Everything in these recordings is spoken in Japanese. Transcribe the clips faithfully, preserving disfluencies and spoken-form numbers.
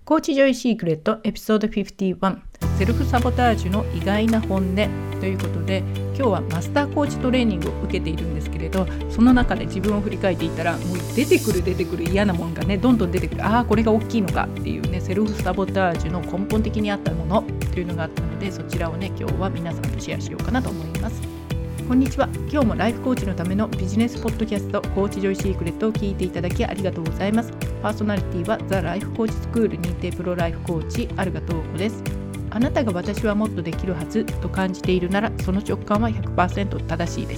コーチジョイシークレットエピソードごじゅういち、セルフサボタージュの意外な本音ということで、今日はマスターコーチトレーニングを受けているんですけれど、その中で自分を振り返っていたら、もう出てくる出てくる嫌なものがね、どんどん出てくる。ああこれが大きいのかっていうね、セルフサボタージュの根本的にあったものというのがあったので、そちらをね今日は皆さんとシェアしようかなと思います。こんにちは。今日もライフコーチのためのビジネスポッドキャストコーチジョイシークレットを聞いていただきありがとうございます。パーソナリティはザ・ライフコーチスクール認定プロライフコーチアルガトーコです。あなたが私はもっとできるはずと感じているなら、その直感は ひゃくパーセント 正しいです。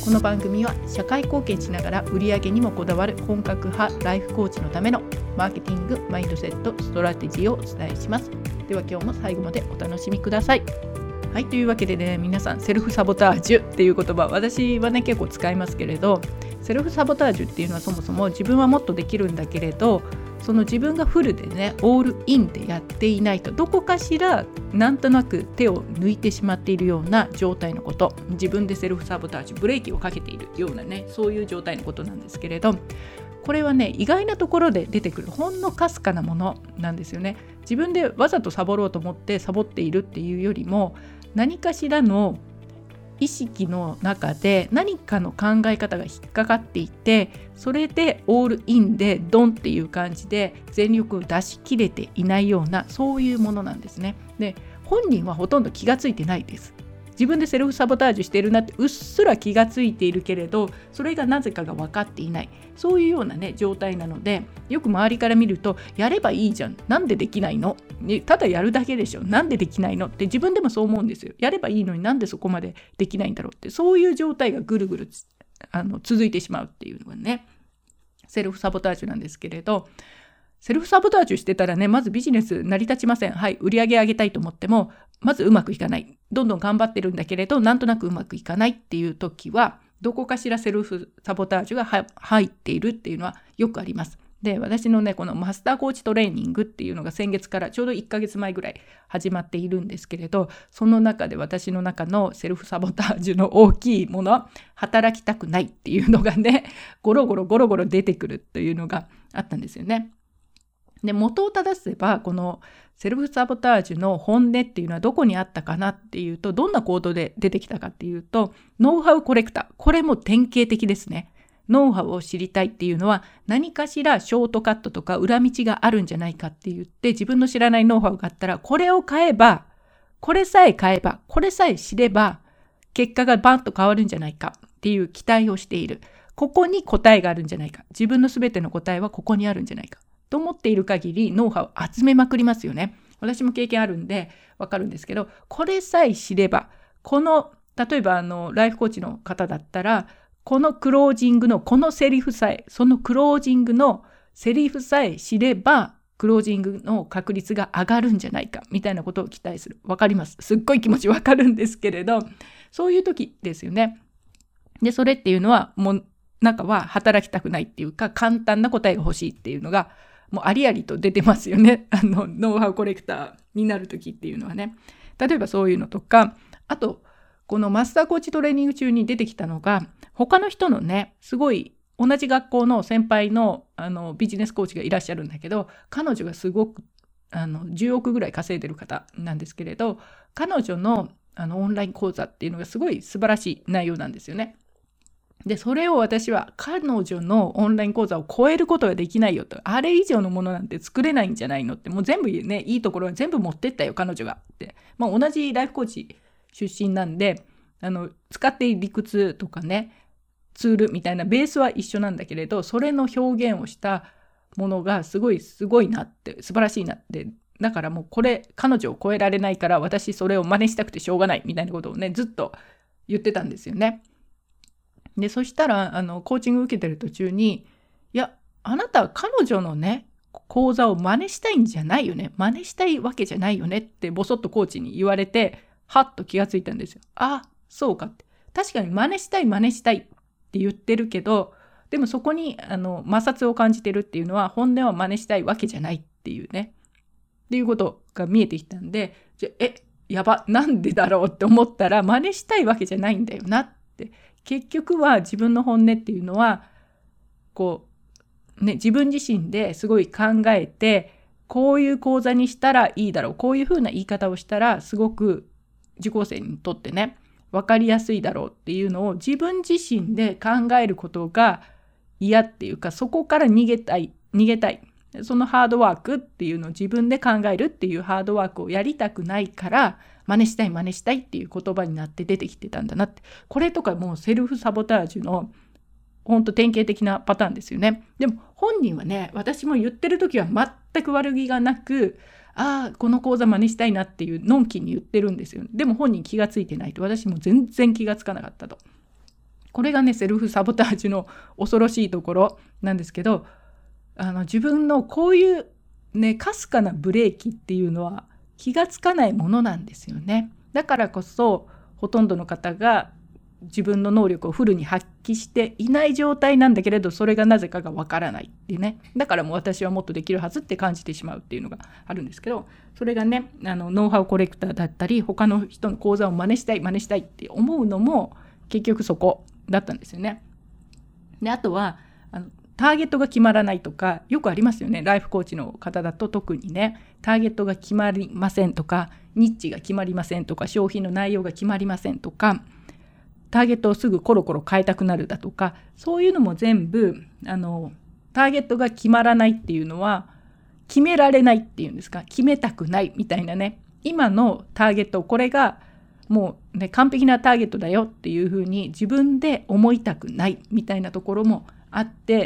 この番組は社会貢献しながら売上にもこだわる本格派ライフコーチのためのマーケティング、マインドセット、ストラテジーをお伝えします。では今日も最後までお楽しみください。はい、というわけでね、皆さんセルフサボタージュっていう言葉、私はね結構使いますけれど、セルフサボタージュっていうのはそもそも自分はもっとできるんだけれど、その自分がフルでねオールインでやっていないと、どこかしらなんとなく手を抜いてしまっているような状態のこと、自分でセルフサボタージュ、ブレーキをかけているようなね、そういう状態のことなんですけれど、これはね意外なところで出てくるほんのかすかなものなんですよね。自分でわざとサボろうと思ってサボっているっていうよりも、何かしらの意識の中で何かの考え方が引っかかっていて、それでオールインでドンっていう感じで全力を出し切れていないような、そういうものなんですね。で、本人はほとんど気がついてないです。自分でセルフサボタージュしてるなってうっすら気がついているけれど、それがなぜかが分かっていない、そういうようなね状態なので、よく周りから見ると、やればいいじゃん、なんでできないの、ね、ただやるだけでしょ、なんでできないのって自分でもそう思うんですよ。やればいいのになんでそこまでできないんだろうって、そういう状態がぐるぐるあの続いてしまうっていうのがねセルフサボタージュなんですけれど、セルフサボタージュしてたらね、まずビジネス成り立ちません。はい、売り上げ上げたいと思ってもまずうまくいかない。どんどん頑張ってるんだけれど、なんとなくうまくいかないっていう時は、どこかしらセルフサボタージュが入っているっていうのはよくあります。で、私のねこのマスターコーチトレーニングっていうのが先月からちょうどいっかげつまえぐらい始まっているんですけれど、その中で私の中のセルフサボタージュの大きいもの、働きたくないっていうのがねゴロゴロゴロゴロ出てくるっていうのがあったんですよね。で、元を正せば、このセルフサボタージュの本音っていうのはどこにあったかなっていうと、どんな行動で出てきたかっていうと、ノウハウコレクター。これも典型的ですね。ノウハウを知りたいっていうのは、何かしらショートカットとか裏道があるんじゃないかって言って、自分の知らないノウハウがあったら、これを買えば、これさえ買えば、これさえ知れば、結果がバンと変わるんじゃないかっていう期待をしている。ここに答えがあるんじゃないか。自分のすべての答えはここにあるんじゃないか。と思っている限りノウハウを集めまくりますよね。私も経験あるんでわかるんですけど、これさえ知れば、この例えばあのライフコーチの方だったら、このクロージングのこのセリフさえ、そのクロージングのセリフさえ知れば、クロージングの確率が上がるんじゃないかみたいなことを期待する。わかります。すっごい気持ちわかるんですけれど、そういう時ですよね。で、それっていうのはもう中は働きたくないっていうか、簡単な答えが欲しいっていうのがもうありありと出てますよね。あのノウハウコレクターになるときっていうのはね。例えばそういうのとか、あとこのマスターコーチトレーニング中に出てきたのが、他の人のねすごい同じ学校の先輩 の, あのビジネスコーチがいらっしゃるんだけど、彼女がすごくあのじゅうおくぐらい稼いでる方なんですけれど、彼女 の, あのオンライン講座っていうのがすごい素晴らしい内容なんですよね。で、それを私は彼女のオンライン講座を超えることができないよと、あれ以上のものなんて作れないんじゃないのって、もう全部ねいいところは全部持ってったよ彼女がって、まあ、同じライフコーチ出身なんで、あの使っている理屈とかねツールみたいなベースは一緒なんだけれど、それの表現をしたものがすごいすごいなって、素晴らしいなって、だからもうこれ彼女を超えられないから、私それを真似したくてしょうがないみたいなことをねずっと言ってたんですよね。で、そしたらあのコーチング受けてる途中に、いやあなたは彼女のね講座を真似したいんじゃないよね、真似したいわけじゃないよねってボソッとコーチに言われて、はっと気がついたんですよ。あ、そうかって、確かに真似したい真似したいって言ってるけど、でもそこにあの摩擦を感じてるっていうのは、本音は真似したいわけじゃないっていうねっていうことが見えてきたんで、じゃえやばなんでだろうって思ったら、真似したいわけじゃないんだよなって、結局は自分の本音っていうのはこうね、自分自身ですごい考えてこういう講座にしたらいいだろう、こういうふうな言い方をしたらすごく受講生にとってね分かりやすいだろうっていうのを自分自身で考えることが嫌っていうか、そこから逃げたい逃げたいそのハードワークっていうのを自分で考えるっていうハードワークをやりたくないから真似したい真似したいっていう言葉になって出てきてたんだなって。これとかもうセルフサボタージュの本当典型的なパターンですよね。でも本人はね、私も言ってる時は全く悪気がなく、ああこの講座真似したいなっていうのんきに言ってるんですよ。でも本人気がついてないと。私も全然気がつかなかったと。これがねセルフサボタージュの恐ろしいところなんですけど、あの自分のこういうねかすかなブレーキっていうのは気がつかないものなんですよね。だからこそほとんどの方が自分の能力をフルに発揮していない状態なんだけれど、それがなぜかがわからないっていうね。だからもう私はもっとできるはずって感じてしまうっていうのがあるんですけど、それがねあのノウハウコレクターだったり他の人の講座を真似したい真似したいって思うのも結局そこだったんですよね。であとはあのターゲットが決まらないとかよくありますよね。ライフコーチの方だと特にね、ターゲットが決まりませんとか、ニッチが決まりませんとか、商品の内容が決まりませんとか、ターゲットをすぐコロコロ変えたくなるだとか、そういうのも全部あのターゲットが決まらないっていうのは決められないっていうんですか、決めたくないみたいなね、今のターゲットこれがもうね完璧なターゲットだよっていうふうに自分で思いたくないみたいなところもあって、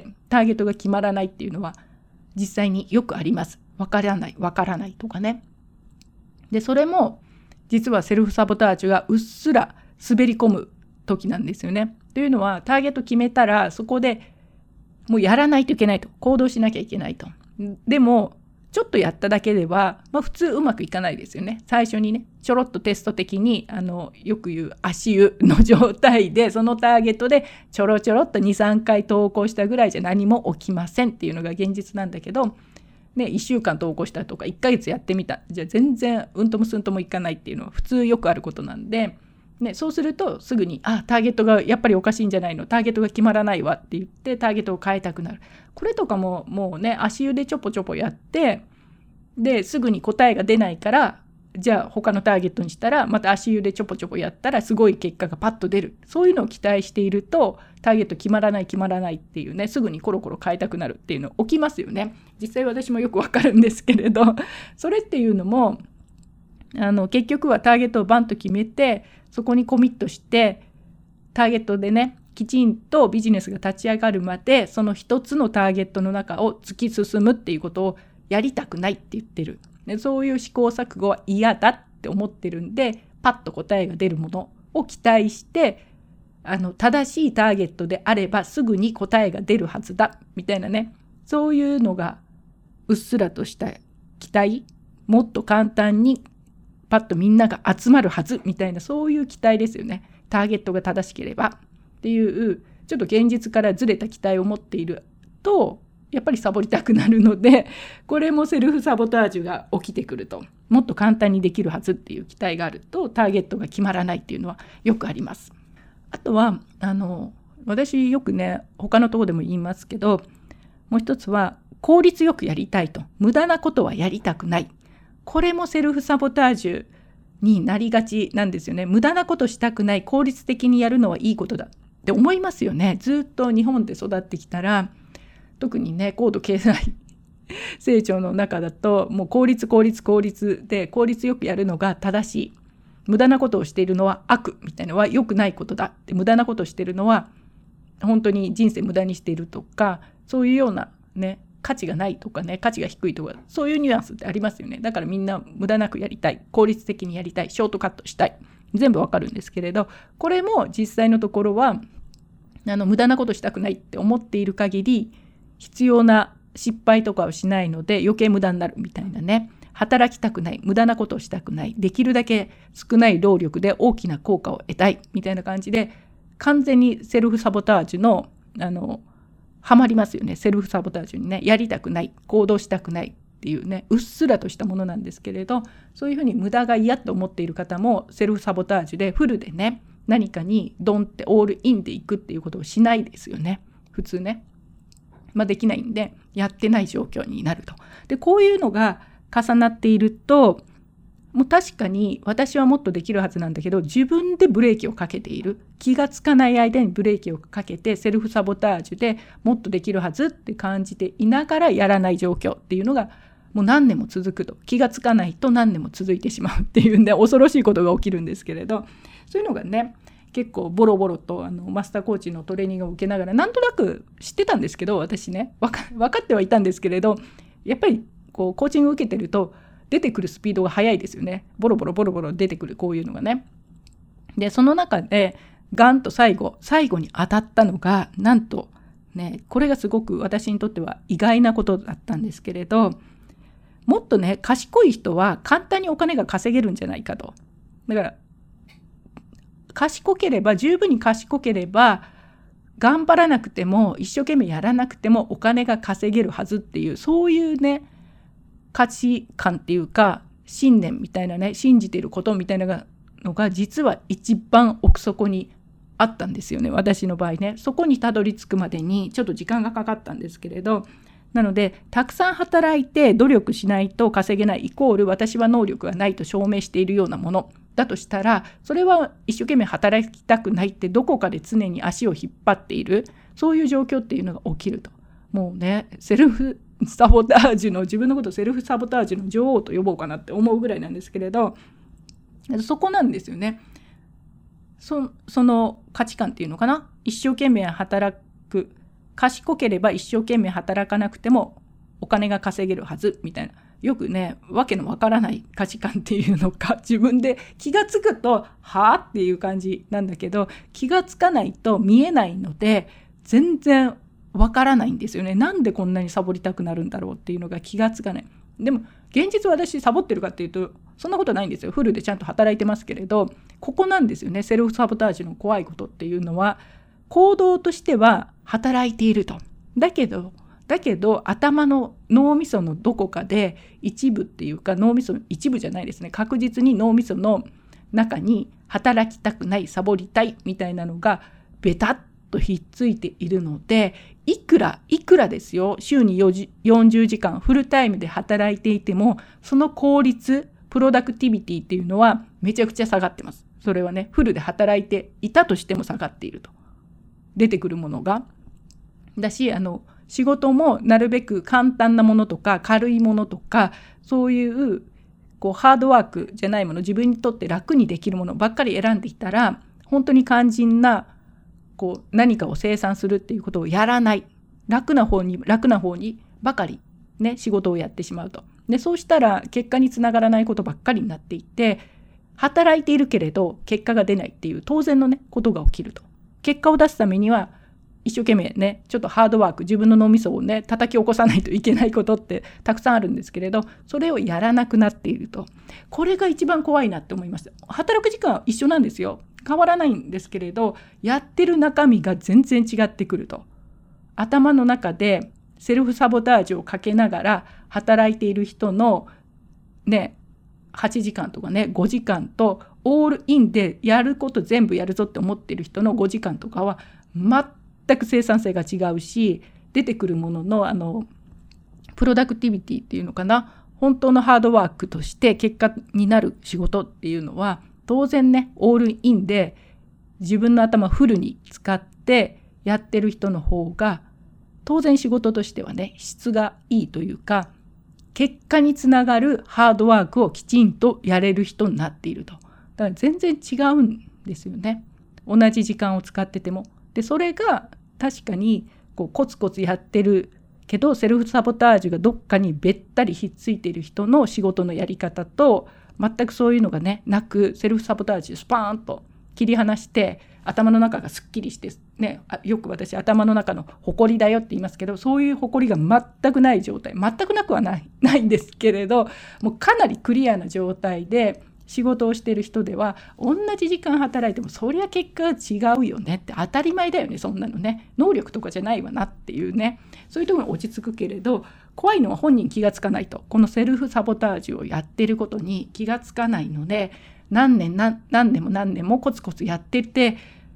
ターゲットが決まらないっていうのは実際によくあります。わからないわからないとかね。でそれも実はセルフサボタージュがうっすら滑り込む時なんですよね。というのはターゲット決めたらそこでもうやらないといけないと、行動しなきゃいけないと。でもちょっとやっただけでは、まあ、普通うまくいかないですよね。最初にねちょろっとテスト的にあのよく言う足湯の状態でそのターゲットでちょろちょろっと にさんかい投稿したぐらいじゃ何も起きませんっていうのが現実なんだけど、ね、いっしゅうかん投稿したとかいっかげつやってみたじゃあ全然うんともすんともいかないっていうのは普通よくあることなんで、ね、そうするとすぐにあターゲットがやっぱりおかしいんじゃないの、ターゲットが決まらないわって言ってターゲットを変えたくなる。これとかももうね足湯でちょぽちょぽやってですぐに答えが出ないから、じゃあ他のターゲットにしたらまた足湯でちょぽちょぽやったらすごい結果がパッと出る。そういうのを期待しているとターゲット決まらない決まらないっていうね、すぐにコロコロ変えたくなるっていうの起きますよね。実際私もよくわかるんですけれど、それっていうのもあの結局はターゲットをバンと決めてそこにコミットしてターゲットでねきちんとビジネスが立ち上がるまでその一つのターゲットの中を突き進むっていうことをやりたくないって言ってる。でそういう試行錯誤は嫌だって思ってるんで、パッと答えが出るものを期待してあの正しいターゲットであればすぐに答えが出るはずだみたいなね、そういうのがうっすらとした期待、もっと簡単にパッとみんなが集まるはずみたいな、そういう期待ですよね。ターゲットが正しければっていうちょっと現実からずれた期待を持っているとやっぱりサボりたくなるので、これもセルフサボタージュが起きてくると、もっと簡単にできるはずっていう期待があるとターゲットが決まらないっていうのはよくあります。あとはあの私よくね他のところでも言いますけど、もう一つは効率よくやりたいと、無駄なことはやりたくない。これもセルフサボタージュになりがちなんですよね。無駄なことしたくない、効率的にやるのはいいことだって思いますよね。ずっと日本で育ってきたら、特にね高度経済成長の中だともう効率効率効率で効率よくやるのが正しい、無駄なことをしているのは悪みたいなのは良くないことだって、無駄なことをしているのは本当に人生無駄にしているとか、そういうようなね価値がないとかね、価値が低いとか、そういうニュアンスってありますよね。だからみんな無駄なくやりたい、効率的にやりたい、ショートカットしたい、全部わかるんですけれど、これも実際のところはあの無駄なことしたくないって思っている限り必要な失敗とかをしないので余計無駄になるみたいなね。働きたくない、無駄なことをしたくない、できるだけ少ない労力で大きな効果を得たいみたいな感じで、完全にセルフサボタージュのあのハマりますよね。セルフサボタージュにね、やりたくない、行動したくないっていうね、うっすらとしたものなんですけれど、そういうふうに無駄が嫌と思っている方もセルフサボタージュでフルでね、何かにドンってオールインでいくっていうことをしないですよね、普通ね。 まあ、できないんでやってない状況になると。でこういうのが重なっていると、もう確かに私はもっとできるはずなんだけど、自分でブレーキをかけている、気がつかない間にブレーキをかけてセルフサボタージュでもっとできるはずって感じていながらやらない状況っていうのがもう何年も続くと、気がつかないと何年も続いてしまうっていうんで恐ろしいことが起きるんですけれど、そういうのがね結構ボロボロとあのマスターコーチのトレーニングを受けながらなんとなく知ってたんですけど、私ね分か、分かってはいたんですけれど、やっぱりこうコーチングを受けてると出てくるスピードが速いですよね。ボロボロボロボロ出てくる、こういうのがね。でその中でガンと最後最後に当たったのがなんとね、これがすごく私にとっては意外なことだったんですけれど、もっとね賢い人は簡単にお金が稼げるんじゃないかと。だから賢ければ十分に賢ければ頑張らなくても一生懸命やらなくてもお金が稼げるはずっていう、そういうね価値観っていうか信念みたいなね、信じていることみたいなのが実は一番奥底にあったんですよね、私の場合ね。そこにたどり着くまでにちょっと時間がかかったんですけれど、なのでたくさん働いて努力しないと稼げないイコール私は能力がないと証明しているようなものだとしたら、それは一生懸命働きたくないってどこかで常に足を引っ張っている、そういう状況っていうのが起きると。もうねセルフサボタージュの、自分のことをセルフサボタージュの女王と呼ぼうかなって思うぐらいなんですけれど、そこなんですよね。 そ, その価値観っていうのかな、一生懸命働く、賢ければ一生懸命働かなくてもお金が稼げるはずみたいな、よくねわけのわからない価値観っていうのか、自分で気がつくとはぁっていう感じなんだけど、気がつかないと見えないので全然わからないんですよね。なんでこんなにサボりたくなるんだろうっていうのが気がつかない。でも現実私サボってるかっていうとそんなことないんですよ。フルでちゃんと働いてますけれど、ここなんですよね。セルフサボタージュの怖いことっていうのは、行動としては働いていると。だけどだけど頭の脳みそのどこかで一部っていうか、脳みその一部じゃないですね、確実に脳みその中に働きたくない、サボりたいみたいなのがベタッとひっついているので、いくらいくらですよ、週によんじゅうじかんフルタイムで働いていても、その効率、プロダクティビティっていうのはめちゃくちゃ下がってます。それはねフルで働いていたとしても下がっていると。出てくるものがだし、あの仕事もなるべく簡単なものとか軽いものとか、そういうこうハードワークじゃないもの、自分にとって楽にできるものばっかり選んでいたら、本当に肝心なこう何かを生産するっていうことをやらない、楽な方に楽な方にばかりね仕事をやってしまうと。でそうしたら結果につながらないことばっかりになっていって、働いているけれど結果が出ないっていう当然のねことが起きると。結果を出すためには一生懸命ねちょっとハードワーク、自分の脳みそをね叩き起こさないといけないことってたくさんあるんですけれど、それをやらなくなっていると。これが一番怖いなって思いました。働く時間は一緒なんですよ、変わらないんですけれど、やってる中身が全然違ってくると。頭の中でセルフサボタージュをかけながら働いている人のねはちじかんとかねごじかんと、オールインでやること全部やるぞって思っている人のごじかんとかは全く生産性が違うし、出てくるもののあのプロダクティビティっていうのかな、本当のハードワークとして結果になる仕事っていうのは当然ねオールインで自分の頭フルに使ってやってる人の方が当然仕事としてはね質がいいというか、結果につながるハードワークをきちんとやれる人になっていると。だから全然違うんですよね、同じ時間を使ってても。でそれが確かにこうコツコツやってるけどセルフサボタージュがどっかにべったりひっついている人の仕事のやり方と、全くそういうのがねなく、セルフサボタージュスパーンと切り離して頭の中がすっきりしてね、よく私頭の中のホコリだよって言いますけど、そういうホコリが全くない状態、全くなくはない、ないんですけれど、もうかなりクリアな状態で仕事をしている人では、同じ時間働いてもそりゃ結果が違うよねって、当たり前だよね、そんなのね、能力とかじゃないわなっていうね、そういうところに落ち着くけれど、怖いのは本人気がつかないと。このセルフサボタージュをやっていることに気がつかないので、何年何何年も何年もコツコツやってて、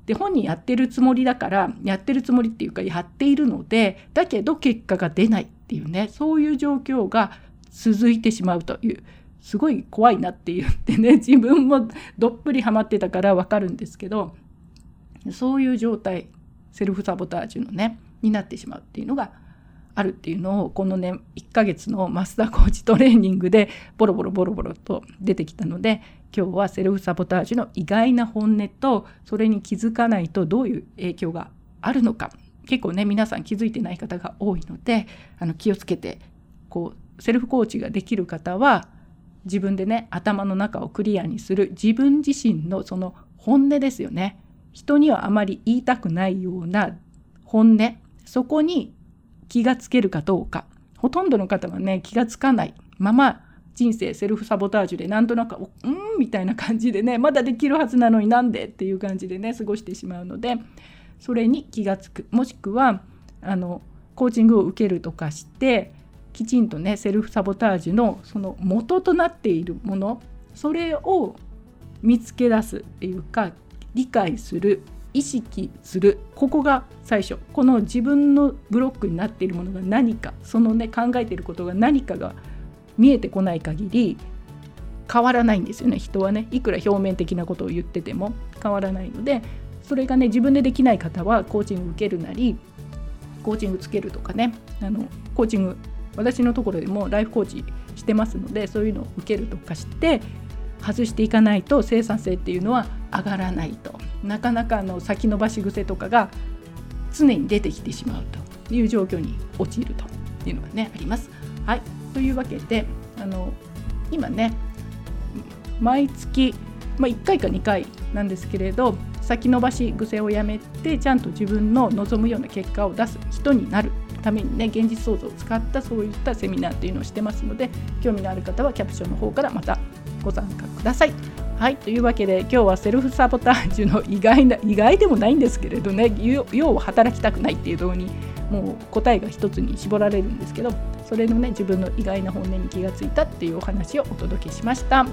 で本人やってるつもりだからやってるつもりっていうかやっているので、だけど結果が出ないっていうね、そういう状況が続いてしまうという、すごい怖いなって言ってね、自分もどっぷりハマってたから分かるんですけど、そういう状態、セルフサボタージュのねになってしまうっていうのがあるっていうのを、このねいっかげつのマスターコーチトレーニングでボロボロボロボロと出てきたので、今日はセルフサボタージュの意外な本音と、それに気づかないとどういう影響があるのか、結構ね皆さん気づいてない方が多いので、あの気をつけて、こうセルフコーチができる方は自分でね頭の中をクリアにする自分自身のその本音ですよね。人にはあまり言いたくないような本音、そこに気がつけるかどうか。ほとんどの方はね気がつかないまま人生セルフサボタージュでなんとなくうんみたいな感じでね、まだできるはずなのになんでっていう感じでね過ごしてしまうので、それに気がつく、もしくはあのコーチングを受けるとかしてきちんとねセルフサボタージュのその元となっているもの、それを見つけ出すっていうか理解する、意識する、ここが最初。この自分のブロックになっているものが何か、そのね考えていることが何かが見えてこない限り変わらないんですよね。人はねいくら表面的なことを言ってても変わらないので、それがね自分でできない方はコーチング受けるなり、コーチングつけるとかね、あのコーチング私のところでもライフコーチしてますので、そういうのを受けるとかして外していかないと生産性っていうのは上がらないと、なかなかあの先延ばし癖とかが常に出てきてしまうという状況に陥るというのがねあります。はい、というわけであの今ね毎月、まあ、いっかいかにかいなんですけれど、先延ばし癖をやめてちゃんと自分の望むような結果を出す人になるためにね、現実創造を使ったそういったセミナーというのをしてますので、興味のある方はキャプションの方からまたご参加ください。はい、というわけで今日はセルフサボタージュの意外な意外でもないんですけれどね、要は働きたくないっていうところにもう答えが一つに絞られるんですけど、それのね自分の意外な本音に気がついたっていうお話をお届けしました。はい、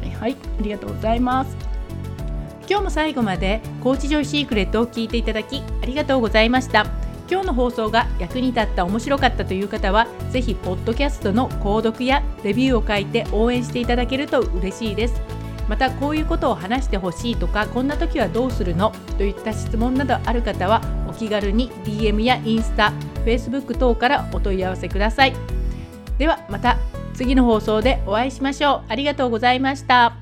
はい、ありがとうございます。今日も最後までコーチジョイシークレットを聞いていただきありがとうございました。今日の放送が役に立った、面白かったという方はぜひポッドキャストの購読やレビューを書いて応援していただけると嬉しいです。またこういうことを話してほしいとか、こんな時はどうするのといった質問などある方はお気軽に ディーエム やインスタ、Facebook 等からお問い合わせください。ではまた次の放送でお会いしましょう。ありがとうございました。